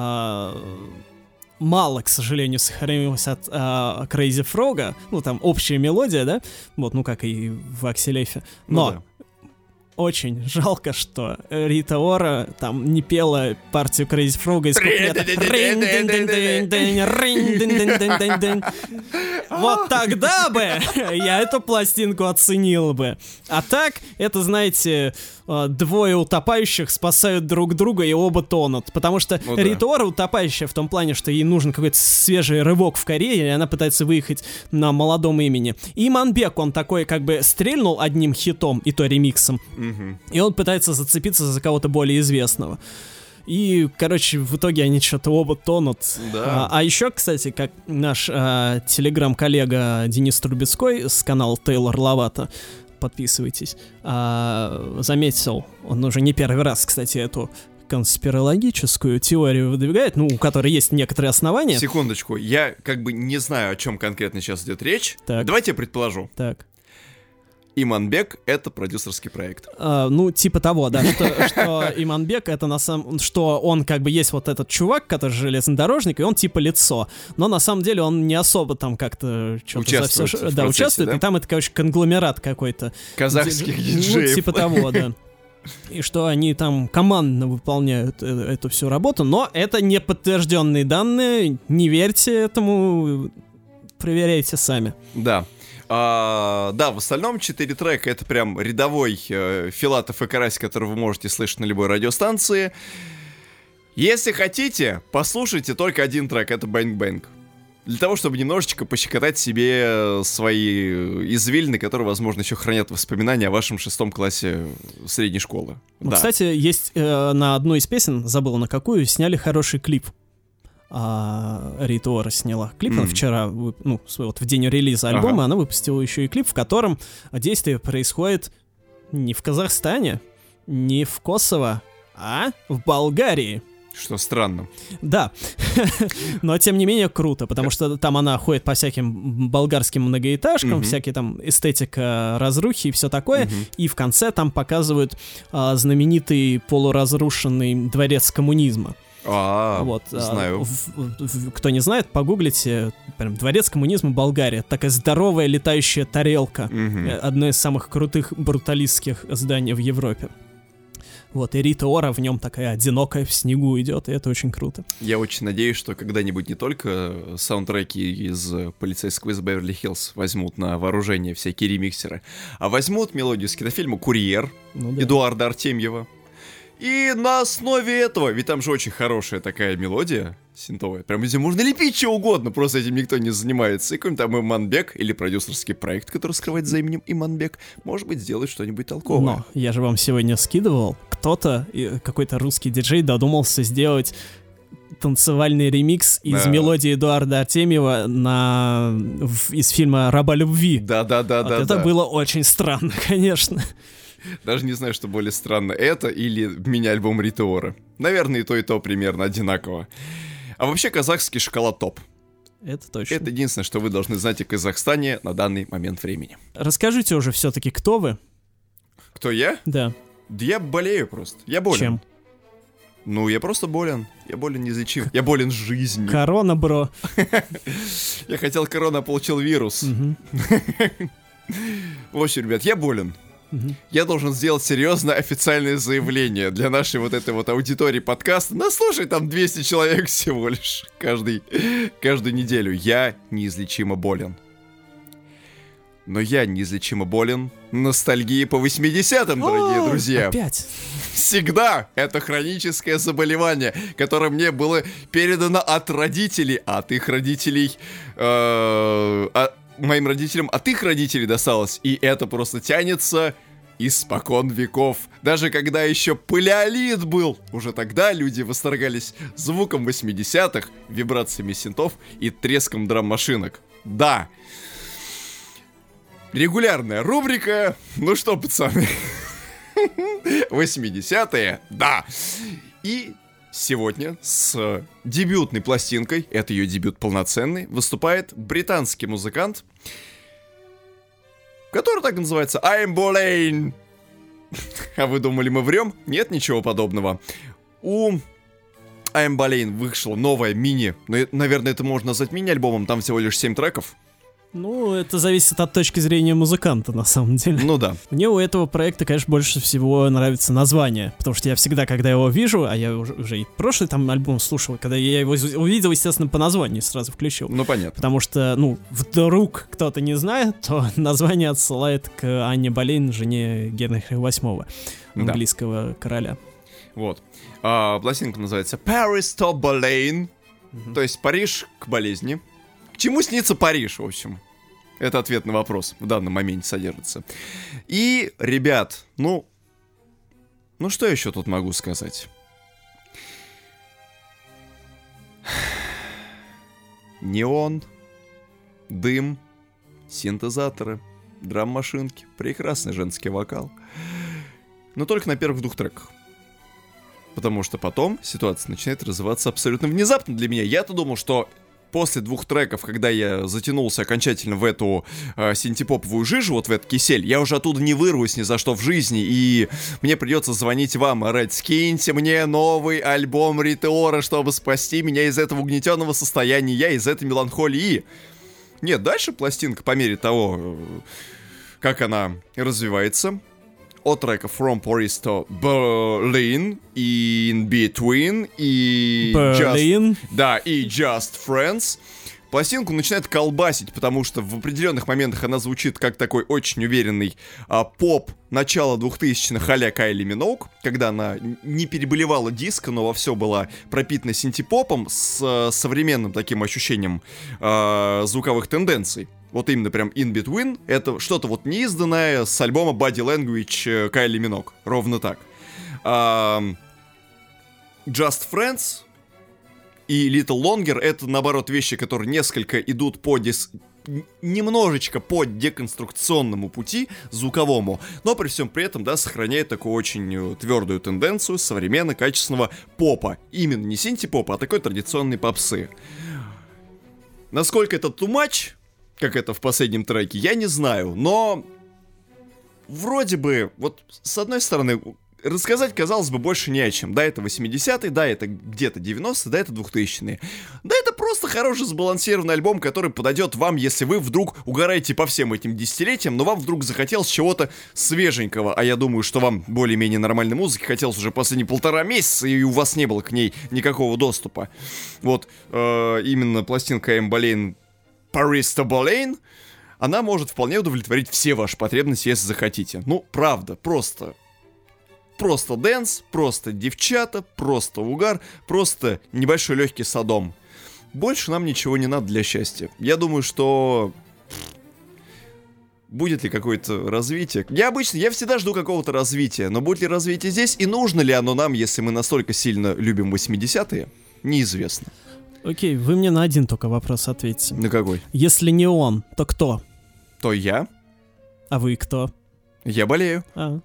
мало, к сожалению, сохранилось от Crazy Frog. Ну, там общая мелодия, да? Вот, ну, как и в Акселефе. Но очень жалко, что Рита Ора там не пела партию Crazy Frog из куплета. Вот тогда бы я эту пластинку оценил бы. А так, это, знаете, двое утопающих спасают друг друга, и оба тонут. Потому что Рита Ора утопающая в том плане, что ей нужен какой-то свежий рывок в карьере, и она пытается выехать на молодом имени. И Иманбек, он такой как бы стрельнул одним хитом, и то ремиксом, и он пытается зацепиться за кого-то более известного. И, короче, в итоге они что-то оба тонут. Да. А еще, кстати, как наш телеграм-коллега Денис Трубецкой с канала Тейлор Ловато, подписывайтесь, заметил, он уже не первый раз, кстати, эту конспирологическую теорию выдвигает, ну, у которой есть некоторые основания. Секундочку, я как бы не знаю, о чем конкретно сейчас идет речь. Так. Давайте я предположу. Так. Иманбек — это продюсерский проект. Ну, типа того, да, что Иманбек — это на самом... Что он как бы есть вот этот чувак, который железнодорожник, и он типа лицо. Но на самом деле он не особо там как-то что-то участвует. Да? И там это, короче, конгломерат какой-то. Казахских диджеев. Ну, типа того, да. И что они там командно выполняют эту всю работу, но это не подтвержденные данные, не верьте этому, проверяйте сами. Да. Да, в остальном 4 трека — это прям рядовой Филатов и Карась, который вы можете слышать на любой радиостанции. Если хотите, послушайте только один трек, это Bang Bang. Для того, чтобы немножечко пощекотать себе свои извилины, которые, возможно, еще хранят воспоминания о вашем 6 классе средней школы. Ну, да. Кстати, есть на одной из песен, забыл на какую, сняли хороший клип. Рита Ора сняла клип, она вчера, ну, вот в день релиза альбома, она выпустила еще и клип, в котором действие происходит не в Казахстане, не в Косово, а в Болгарии. Что странно. Да, но тем не менее круто, потому что там она ходит по всяким болгарским многоэтажкам, всякие там эстетика разрухи и все такое, и в конце там показывают знаменитый полуразрушенный дворец коммунизма. Вот, знаю. Кто не знает, погуглите, прям дворец коммунизма Болгария, такая здоровая летающая тарелка, одно из самых крутых бруталистских зданий в Европе. Вот, и Рита Ора в нем такая одинокая в снегу идет, и это очень круто. Я очень надеюсь, что когда-нибудь не только саундтреки из «Полицейского из Беверли-Хиллз» возьмут на вооружение всякие ремиксеры, а возьмут мелодию с кинофильма «Курьер» Эдуарда Артемьева. И на основе этого, ведь там же очень хорошая такая мелодия синтовая, прям здесь можно лепить что угодно, просто этим никто не занимается. И какой-нибудь там Иманбек или продюсерский проект, который скрывается за именем Иманбек, может быть, сделает что-нибудь толковое. Но я же вам сегодня скидывал, кто-то, какой-то русский диджей додумался сделать танцевальный ремикс из мелодии Эдуарда Артемьева из фильма «Раба любви». Да. Это было очень странно, конечно. Даже не знаю, что более странно, это или мини-альбом Риты Ора. Наверное, и то примерно одинаково. А вообще казахский шоколад топ. Это точно. Это единственное, что вы должны знать о Казахстане на данный момент времени. Расскажите уже все-таки, кто вы? Кто я? Да. Да я болею просто. Я болен. Чем? Ну, я просто болен. Я болен неизлечим. Я болен жизнью. Корона, бро. Я хотел корона, а получил вирус. В общем, ребят, я болен. Я должен сделать серьезное официальное заявление для нашей вот этой вот аудитории подкаста. Ну, слушай, там 200 человек всего лишь каждую неделю. Я неизлечимо болен. Но я неизлечимо болен ностальгией по 80-м, дорогие друзья. Опять? Всегда это хроническое заболевание, которое мне было передано от родителей, а от их родителей... моим родителям от их родителей досталось, и это просто тянется испокон веков. Даже когда еще палеолит был, уже тогда люди восторгались звуком 80-х, вибрациями синтов и треском драм-машинок. Да. Регулярная рубрика. Ну что, пацаны, 80-е, да. И сегодня с дебютной пластинкой, это ее дебют полноценный, выступает британский музыкант, который так и называется I'm Boleyn. А вы думали, мы врем? Нет, ничего подобного. У I'm Boleyn вышло новое мини, наверное, это можно назвать мини-альбомом, там всего лишь 7 треков. Ну, это зависит от точки зрения музыканта, на самом деле. Ну да. Мне у этого проекта, конечно, больше всего нравится название, потому что я всегда, когда его вижу, а я уже и прошлый там альбом слушал, когда я его увидел, естественно, по названию сразу включил. Ну, понятно. Потому что, ну, вдруг кто-то не знает, то название отсылает к Анне Болейн, жене Генриха VIII, английского короля. Вот. Пластинка называется Paris to Boleyn, то есть Париж к болезни. К чему снится Париж, в общем? Это ответ на вопрос в данном моменте содержится. И, ребят, ну что еще тут могу сказать? неон, дым, синтезаторы, драм-машинки, прекрасный женский вокал. Но только на первых 2 треках. Потому что потом ситуация начинает развиваться абсолютно внезапно для меня. Я-то думал, что после 2 треков, когда я затянулся окончательно в эту синтепоповую жижу, вот в этот кисель, я уже оттуда не вырвусь ни за что в жизни, и мне придется звонить вам, орать: скиньте мне новый альбом Ритеора, чтобы спасти меня из этого угнетенного состояния, я из этой меланхолии. Нет, дальше пластинка, по мере того, как она развивается, от трека From Paris to Berlin, и In Between, и Berlin. и Just Friends, пластинку начинает колбасить, потому что в определенных моментах она звучит как такой очень уверенный поп начала 2000-х а-ля Кайли Миноуг, когда она не переболевала диско, но во все была пропитана синтепопом с современным таким ощущением звуковых тенденций. Вот именно прям In Between, это что-то вот неизданное с альбома Body Language Кайли Миноуг, ровно так. Just Friends и Little Longer — это, наоборот, вещи, которые несколько идут немножечко по деконструкционному пути звуковому, но при всем при этом, да, сохраняет такую очень твердую тенденцию современного качественного попа. Именно не синти-попа, а такой традиционной попсы. Насколько это too much, как это в последнем треке, я не знаю, но вроде бы, вот с одной стороны, рассказать, казалось бы, больше не о чем. Да, это 80-е, да, это где-то 90-е, да, это 2000-е. Да, это просто хороший сбалансированный альбом, который подойдет вам, если вы вдруг угораете по всем этим десятилетиям, но вам вдруг захотелось чего-то свеженького. А я думаю, что вам более-менее нормальной музыки хотелось уже последние 1,5 месяца, и у вас не было к ней никакого доступа. Вот, именно пластинка I'm Boleyn, Paris to Berlin, она может вполне удовлетворить все ваши потребности, если захотите. Ну, правда, просто дэнс, просто девчата, просто угар, просто небольшой легкий содом. Больше нам ничего не надо для счастья. Я думаю, что будет ли какое-то развитие? Я всегда жду какого-то развития, но будет ли развитие здесь, и нужно ли оно нам, если мы настолько сильно любим 80-е, неизвестно. Окей, вы мне на один только вопрос ответьте. На какой? Если не он, то кто? То я. А вы кто? Я болею.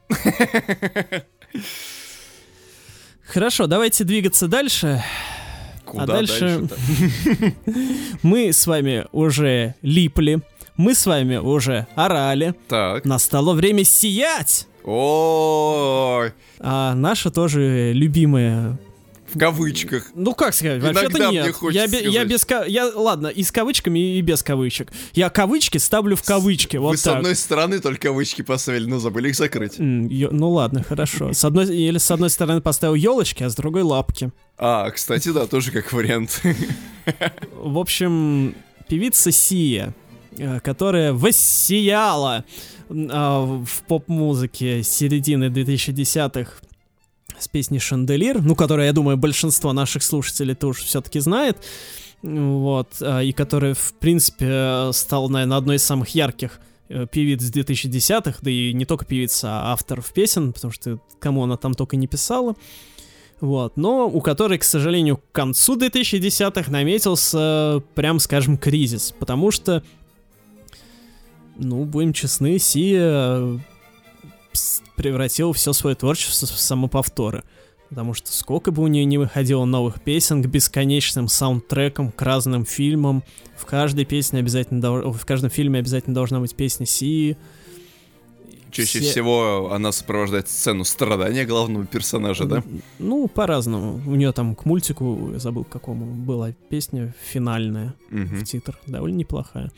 Хорошо, давайте двигаться дальше. Куда дальше-то? Мы с вами уже липли, мы с вами уже орали. Так. Настало время сиять! Ой. А наша тоже любимая... В кавычках. Ну, как сказать, вообще-то нет. Ладно, и с кавычками, и без кавычек. Я кавычки ставлю в кавычки, вот Вы так. с одной стороны только кавычки поставили, но забыли их закрыть. Ну ладно, хорошо. С одной стороны поставил елочки, а с другой лапки. Кстати, да, тоже как вариант. В общем, певица Сия, которая воссияла в поп-музыке середины 2010-х, с песней «Шанделир», ну, которую, я думаю, большинство наших слушателей тоже все-таки знает, вот, и которая, в принципе, стала, наверное, одной из самых ярких певиц 2010-х, да и не только певица, а авторов песен, потому что кому она там только не писала, вот, но у которой, к сожалению, к концу 2010-х наметился, прям скажем, кризис, потому что, ну, будем честны, Сия превратил все свое творчество в самоповторы. Потому что сколько бы у нее ни выходило новых песен к бесконечным саундтрекам, к разным фильмам, в каждой песне обязательно в каждом фильме обязательно должна быть песня Сии. Чаще всего она сопровождает сцену страдания главного персонажа, да? Ну, по-разному. У нее там к мультику, я забыл, к какому, была песня финальная в титр. Довольно неплохая.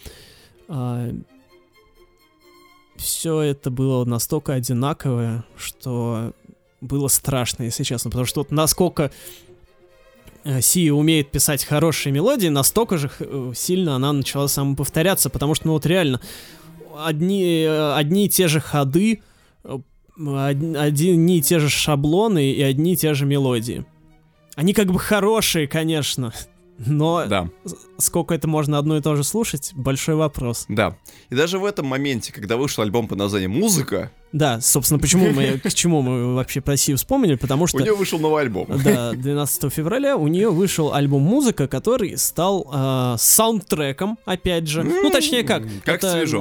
Все это было настолько одинаковое, что было страшно, если честно. Потому что вот насколько Сия умеет писать хорошие мелодии, настолько же сильно она начала самоповторяться. Потому что, ну вот реально, одни и те же ходы, одни и те же шаблоны и одни и те же мелодии. Они как бы хорошие, конечно, Но сколько это можно одно и то же слушать, большой вопрос. Да. И даже в этом моменте, когда вышел альбом под названием «Музыка». Да, собственно, к чему мы вообще про Сию вспомнили, потому что... У нее вышел новый альбом. Да, 12 февраля у нее вышел альбом «Музыка», который стал саундтреком, опять же. Ну, точнее как. Как это, свежо.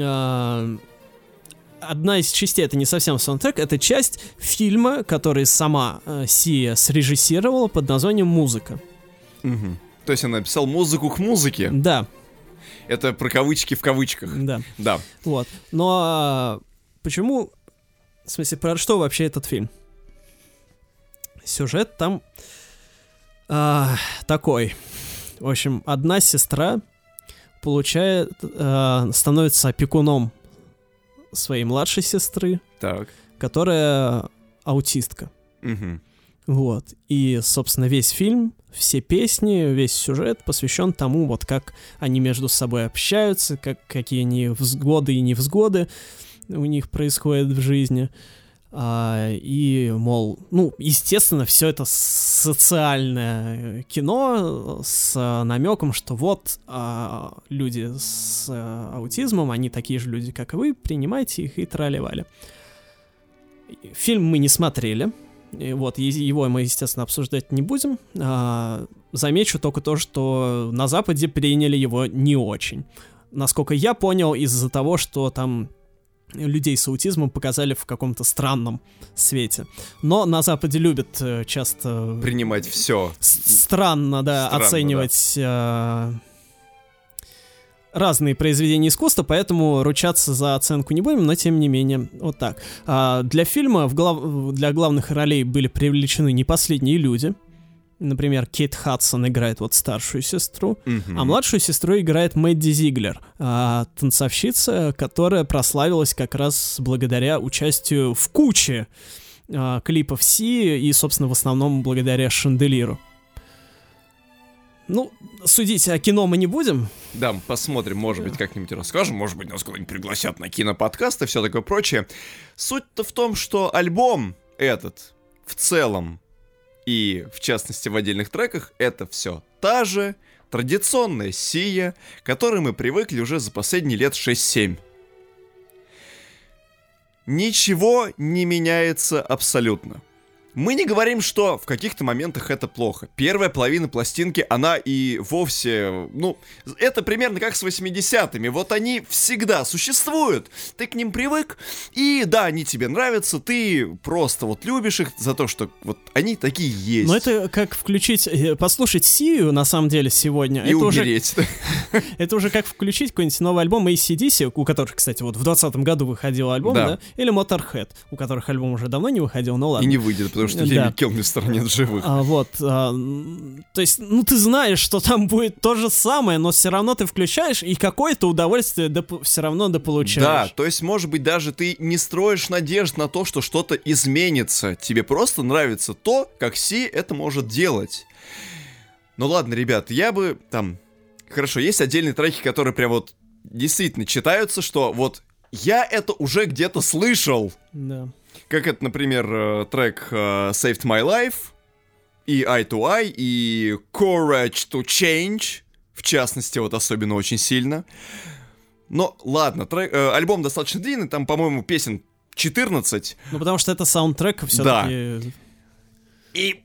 Одна из частей, это не совсем саундтрек, это часть фильма, который сама Сия срежиссировала под названием «Музыка». Угу. То есть она написала музыку к музыке? Да. Это про кавычки в кавычках. Да. Вот. Но почему... В смысле, про что вообще этот фильм? Сюжет там такой. В общем, одна сестра становится опекуном своей младшей сестры, которая аутистка. Угу. Вот. И, собственно, весь фильм, все песни, весь сюжет посвящен тому, вот как они между собой общаются, какие они взгоды и невзгоды у них происходят в жизни. И, мол, естественно, все это социальное кино с намеком, что вот люди с аутизмом, они такие же люди, как и вы, принимайте их и трали-вали. Фильм мы не смотрели. И вот, его мы, естественно, обсуждать не будем. Замечу только то, что на Западе приняли его не очень. Насколько я понял, из-за того, что там людей с аутизмом показали в каком-то странном свете. Но на Западе любят часто... принимать все. Странно, оценивать... разные произведения искусства, поэтому ручаться за оценку не будем, но тем не менее, вот так. Для фильма для главных ролей были привлечены не последние люди. Например, Кейт Хадсон играет вот старшую сестру, а младшую сестру играет Мэдди Зиглер, танцовщица, которая прославилась как раз благодаря участию в куче клипов Си и, собственно, в основном благодаря «Шанделиру». Ну, судить о кино мы не будем. Да, посмотрим, может быть, как-нибудь расскажем, может быть, нас куда-нибудь пригласят на киноподкаст и все такое прочее. Суть-то в том, что альбом этот в целом и, в частности, в отдельных треках, это все та же традиционная Сия, к которой мы привыкли уже за последние лет 6-7. Ничего не меняется абсолютно. Мы не говорим, что в каких-то моментах это плохо. Первая половина пластинки, она и вовсе... это примерно как с 80-ми. Вот они всегда существуют. Ты к ним привык, и да, они тебе нравятся, ты просто вот любишь их за то, что вот они такие есть. Но это как послушать Сию, на самом деле, сегодня. И умереть. Это уже как включить какой-нибудь новый альбом AC/DC, у которых, кстати, вот в 2020 году выходил альбом, да? Или Motorhead, у которых альбом уже давно не выходил, но ладно. И не выйдет, потому что Леми Килмистер нет живых. То есть, ты знаешь, что там будет то же самое, но все равно ты включаешь, и какое-то удовольствие все равно получаешь. Да, то есть, может быть, даже ты не строишь надежд на то, что что-то изменится. Тебе просто нравится то, как Си это может делать. Ну ладно, ребят, я бы там... Хорошо, есть отдельные треки, которые прям вот действительно читаются, что вот я это уже где-то слышал. Да. Как это, например, трек Saved My Life, и Eye to Eye, и Courage to Change, в частности, вот особенно очень сильно. Но ладно, альбом достаточно длинный, там, по-моему, песен 14. Ну, потому что это саундтрек все-таки... Да. И...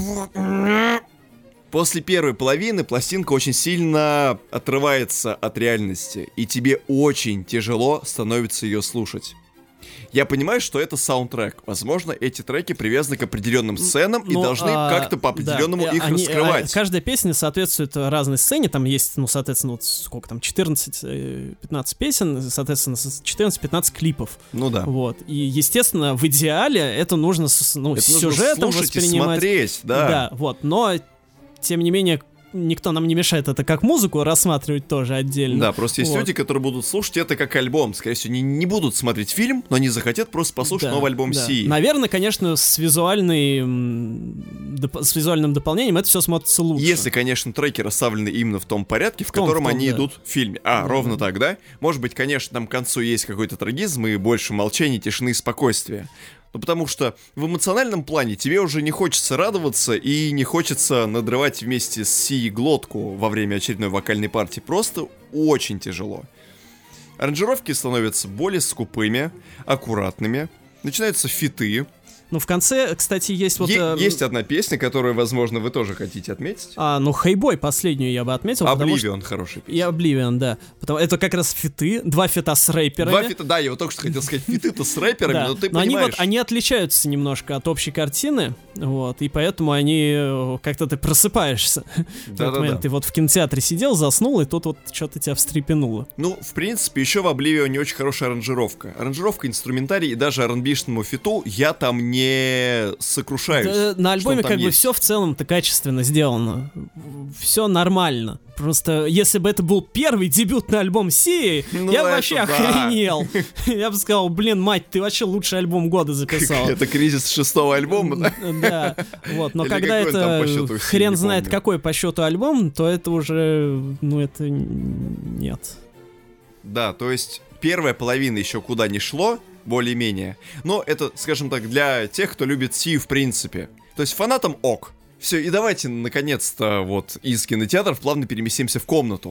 После первой половины пластинка очень сильно отрывается от реальности, и тебе очень тяжело становится ее слушать. Я понимаю, что это саундтрек. Возможно, эти треки привязаны к определенным сценам и должны как-то по определенному их раскрывать. Каждая песня соответствует разной сцене. Там есть, соответственно, вот сколько там, 14-15 песен, соответственно, 14-15 клипов. Ну да. Вот. И, естественно, в идеале это нужно с сюжетом воспринимать. И смотреть, да. Да, вот. Но, тем не менее, никто нам не мешает это как музыку рассматривать тоже отдельно. Да, просто есть люди, которые будут слушать это как альбом. Скорее всего, не будут смотреть фильм, но они захотят просто послушать новый альбом Сии. Наверное, конечно, с визуальным дополнением это все смотрится лучше. Если, конечно, треки расставлены именно в том порядке, в котором они идут в фильме. Ровно так, да? Может быть, конечно, там к концу есть какой-то трагизм и больше молчания, тишины и спокойствия. Ну, потому что в эмоциональном плане тебе уже не хочется радоваться и не хочется надрывать вместе с Си глотку во время очередной вокальной партии. Просто очень тяжело. Аранжировки становятся более скупыми, аккуратными. Начинаются фиты. Ну, в конце, кстати, есть вот... Есть одна песня, которую, возможно, вы тоже хотите отметить. Ну, Хейбой последнюю я бы отметил. Обливион хороший песня. И Обливион, да. Это как раз фиты, 2 фита с рэперами. 2 фита, да, я вот только что хотел сказать, фиты-то с рэперами, но ты понимаешь... Они отличаются немножко от общей картины, вот, и поэтому они... Как-то ты просыпаешься. Да-да-да. Ты вот в кинотеатре сидел, заснул, и тут вот что-то тебя встрепенуло. Ну, в принципе, еще в Обливионе очень хорошая аранжировка. Аранжировка, инструментарий и даже R&B-шному фиту я там не сокрушаюсь. Да, на альбоме как бы есть. все в целом-то качественно сделано. Все нормально. Просто если бы это был первый дебютный альбом Сии, я бы вообще охренел. Я бы сказал, блин, мать, ты вообще лучший альбом года записал. Это кризис 6-го альбома, да? Да, вот. Но когда это хрен знает какой по счету альбом, то это уже, это нет. Да, то есть первая половина еще куда ни шло, более-менее. Но это, скажем так, для тех, кто любит Сию в принципе. То есть фанатам ок. Все, и давайте, наконец-то, вот из кинотеатров плавно переместимся в комнату.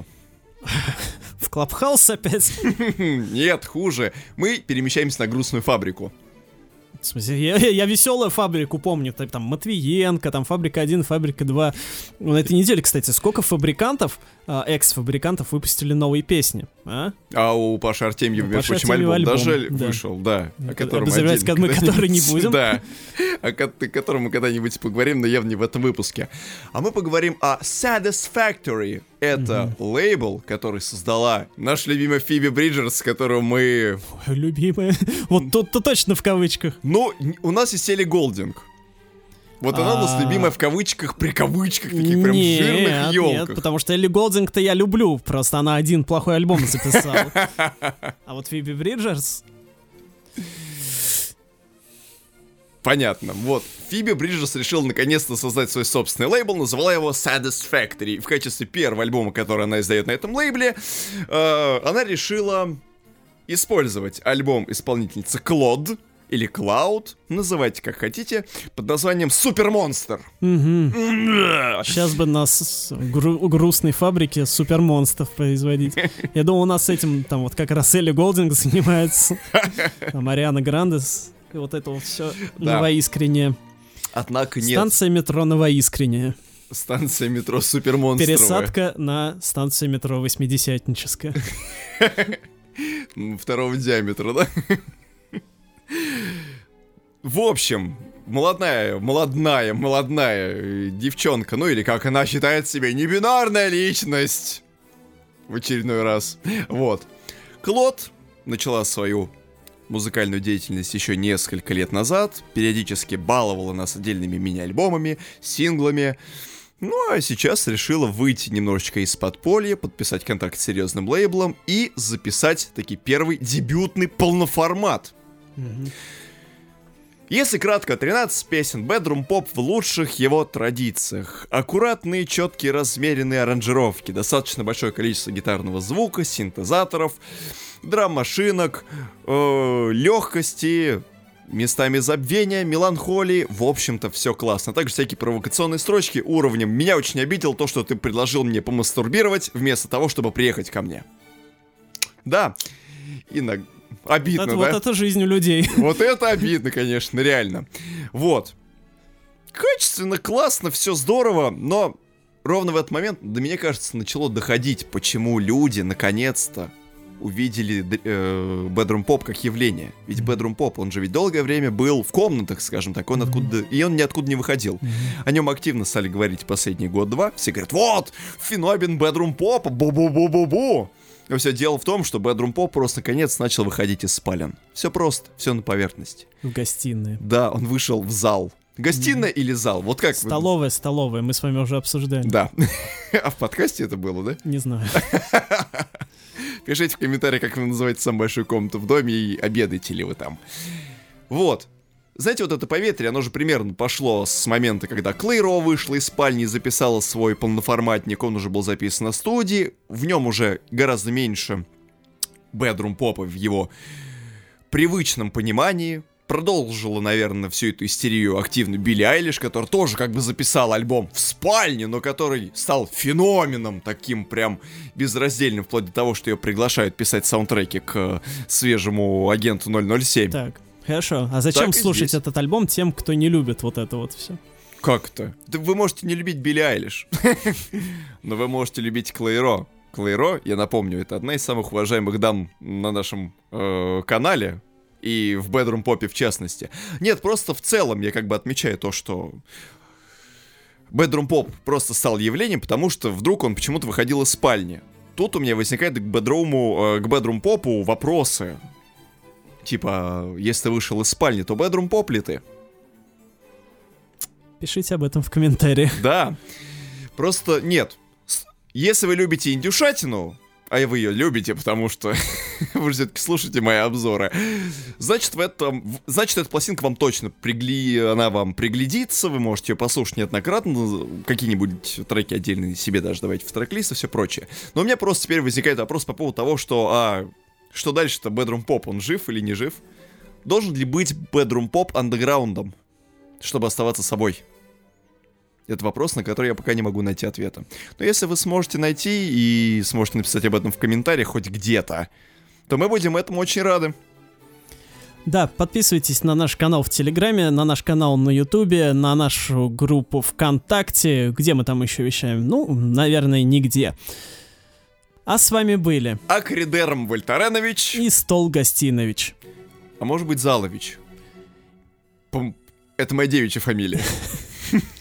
В Клабхаус опять? Нет, хуже. Мы перемещаемся на грустную фабрику. В смысле, я веселую фабрику помню, там Матвиенко, там Фабрика 1, Фабрика 2. На этой неделе, кстати, сколько фабрикантов, экс-фабрикантов выпустили новые песни, а? А у Паши Артемьева, между прочим, альбом даже вышел, да. О котором мы который не будем. Да, о котором мы когда-нибудь поговорим, но явно не в этом выпуске. А мы поговорим о Satisfactory. Это лейбл, который создала наша любимая Фиби Бриджерс, которую мы... Любимая? Вот тут-то точно в кавычках. Ну, у нас есть Элли Голдинг. Вот она у нас любимая в кавычках, при кавычках, таких прям жирных елках. Нет, потому что Элли Голдинг-то я люблю, просто она один плохой альбом записала. А вот Фиби Бриджерс... Понятно, вот. Фиби Бриджерс решила наконец-то создать свой собственный лейбл, назвала его Satisfactory. В качестве первого альбома, который она издает на этом лейбле, она решила использовать альбом исполнительницы Клод, или Cloud, называйте как хотите, под названием Супермонстр. Сейчас бы нас у грустной фабрики супермонстров производить. Я думал, у нас с этим там вот как раз Элли Голдинг занимается, там Ариана Грандес, и вот это вот все новоискреннее. Однако нет. Станция метро Новоискренняя. Станция метро Супермонстровая. Пересадка на станцию метро Восьмидесятническая. Второго диаметра, да? В общем, молодная девчонка, ну или как она считает себя, небинарная личность. В очередной раз. Вот. Клод начала свою музыкальную деятельность еще несколько лет назад. Периодически баловала нас отдельными мини-альбомами, синглами. Ну а сейчас решила выйти немножечко из подполья, подписать контракт с серьезным лейблом и записать таки первый дебютный полноформат. Если кратко, 13 песен, bedroom pop в лучших его традициях. Аккуратные, четкие, размеренные аранжировки, достаточно большое количество гитарного звука, синтезаторов, драм-машинок, легкости, местами забвения, меланхолии. В общем-то, все классно. Также всякие провокационные строчки уровнем. Меня очень обидел то, что ты предложил мне помастурбировать, вместо того, чтобы приехать ко мне. Да, иногда... Обидно, да? Вот это жизнь у людей. Вот это обидно, конечно, реально. Вот. Качественно, классно, все здорово, но ровно в этот момент, до меня кажется, начало доходить, почему люди, наконец-то, увидели bedroom pop как явление. Ведь bedroom pop, он же ведь долгое время был в комнатах, скажем так, он ниоткуда не выходил. О нем активно стали говорить последний год-два. Все говорят, вот, феномен bedroom pop, бу-бу-бу-бу-бу. Но все дело в том, что bedroom pop просто наконец начал выходить из спален. Все просто, все на поверхности. В гостиной. Да, он вышел в зал. Гостиная или зал? Вот как? Столовая, мы с вами уже обсуждали. Да. А в подкасте это было, да? Не знаю. Пишите в комментариях, как вы называете самую большую комнату в доме и обедаете ли вы там. Вот. Знаете, вот это поветрие, оно же примерно пошло с момента, когда Клейро вышла из спальни и записала свой полноформатник, он уже был записан на студии, в нем уже гораздо меньше bedroom попа в его привычном понимании, продолжила, наверное, всю эту истерию активно Билли Айлиш, которая тоже как бы записала альбом в спальне, но который стал феноменом, таким прям безраздельным, вплоть до того, что ее приглашают писать саундтреки к свежему агенту 007. Так, хорошо. А зачем слушать этот альбом тем, кто не любит вот это вот все? Как это? Вы можете не любить Билли Айлиш, но вы можете любить Клейро. Клейро, я напомню, это одна из самых уважаемых дам на нашем канале, и в Bedroom Pop'е в частности. Нет, просто в целом я как бы отмечаю то, что Bedroom Pop просто стал явлением, потому что вдруг он почему-то выходил из спальни. Тут у меня возникает к Bedroom Pop'у вопросы. Типа, если ты вышел из спальни, то Bedroom Pop ли ты? Пишите об этом в комментариях. Да. Просто нет. Если вы любите индюшатину, а вы ее любите, потому что вы же все-таки слушаете мои обзоры, значит, эта пластинка вам точно она вам приглядится, вы можете ее послушать неоднократно, какие-нибудь треки отдельные себе даже давайте в трек-лист и все прочее. Но у меня просто теперь возникает вопрос по поводу того, что дальше-то, Bedroom Pop, он жив или не жив? Должен ли быть Bedroom Pop андеграундом, чтобы оставаться собой? Это вопрос, на который я пока не могу найти ответа. Но если вы сможете найти и сможете написать об этом в комментариях хоть где-то, то мы будем этому очень рады. Да, подписывайтесь на наш канал в Телеграме, на наш канал на Ютубе, на нашу группу ВКонтакте. Где мы там еще вещаем? Ну, наверное, нигде. А с вами были Акридерм Вольтаренович и Стол Гостинович. А может быть Залович. Это моя девичья фамилия.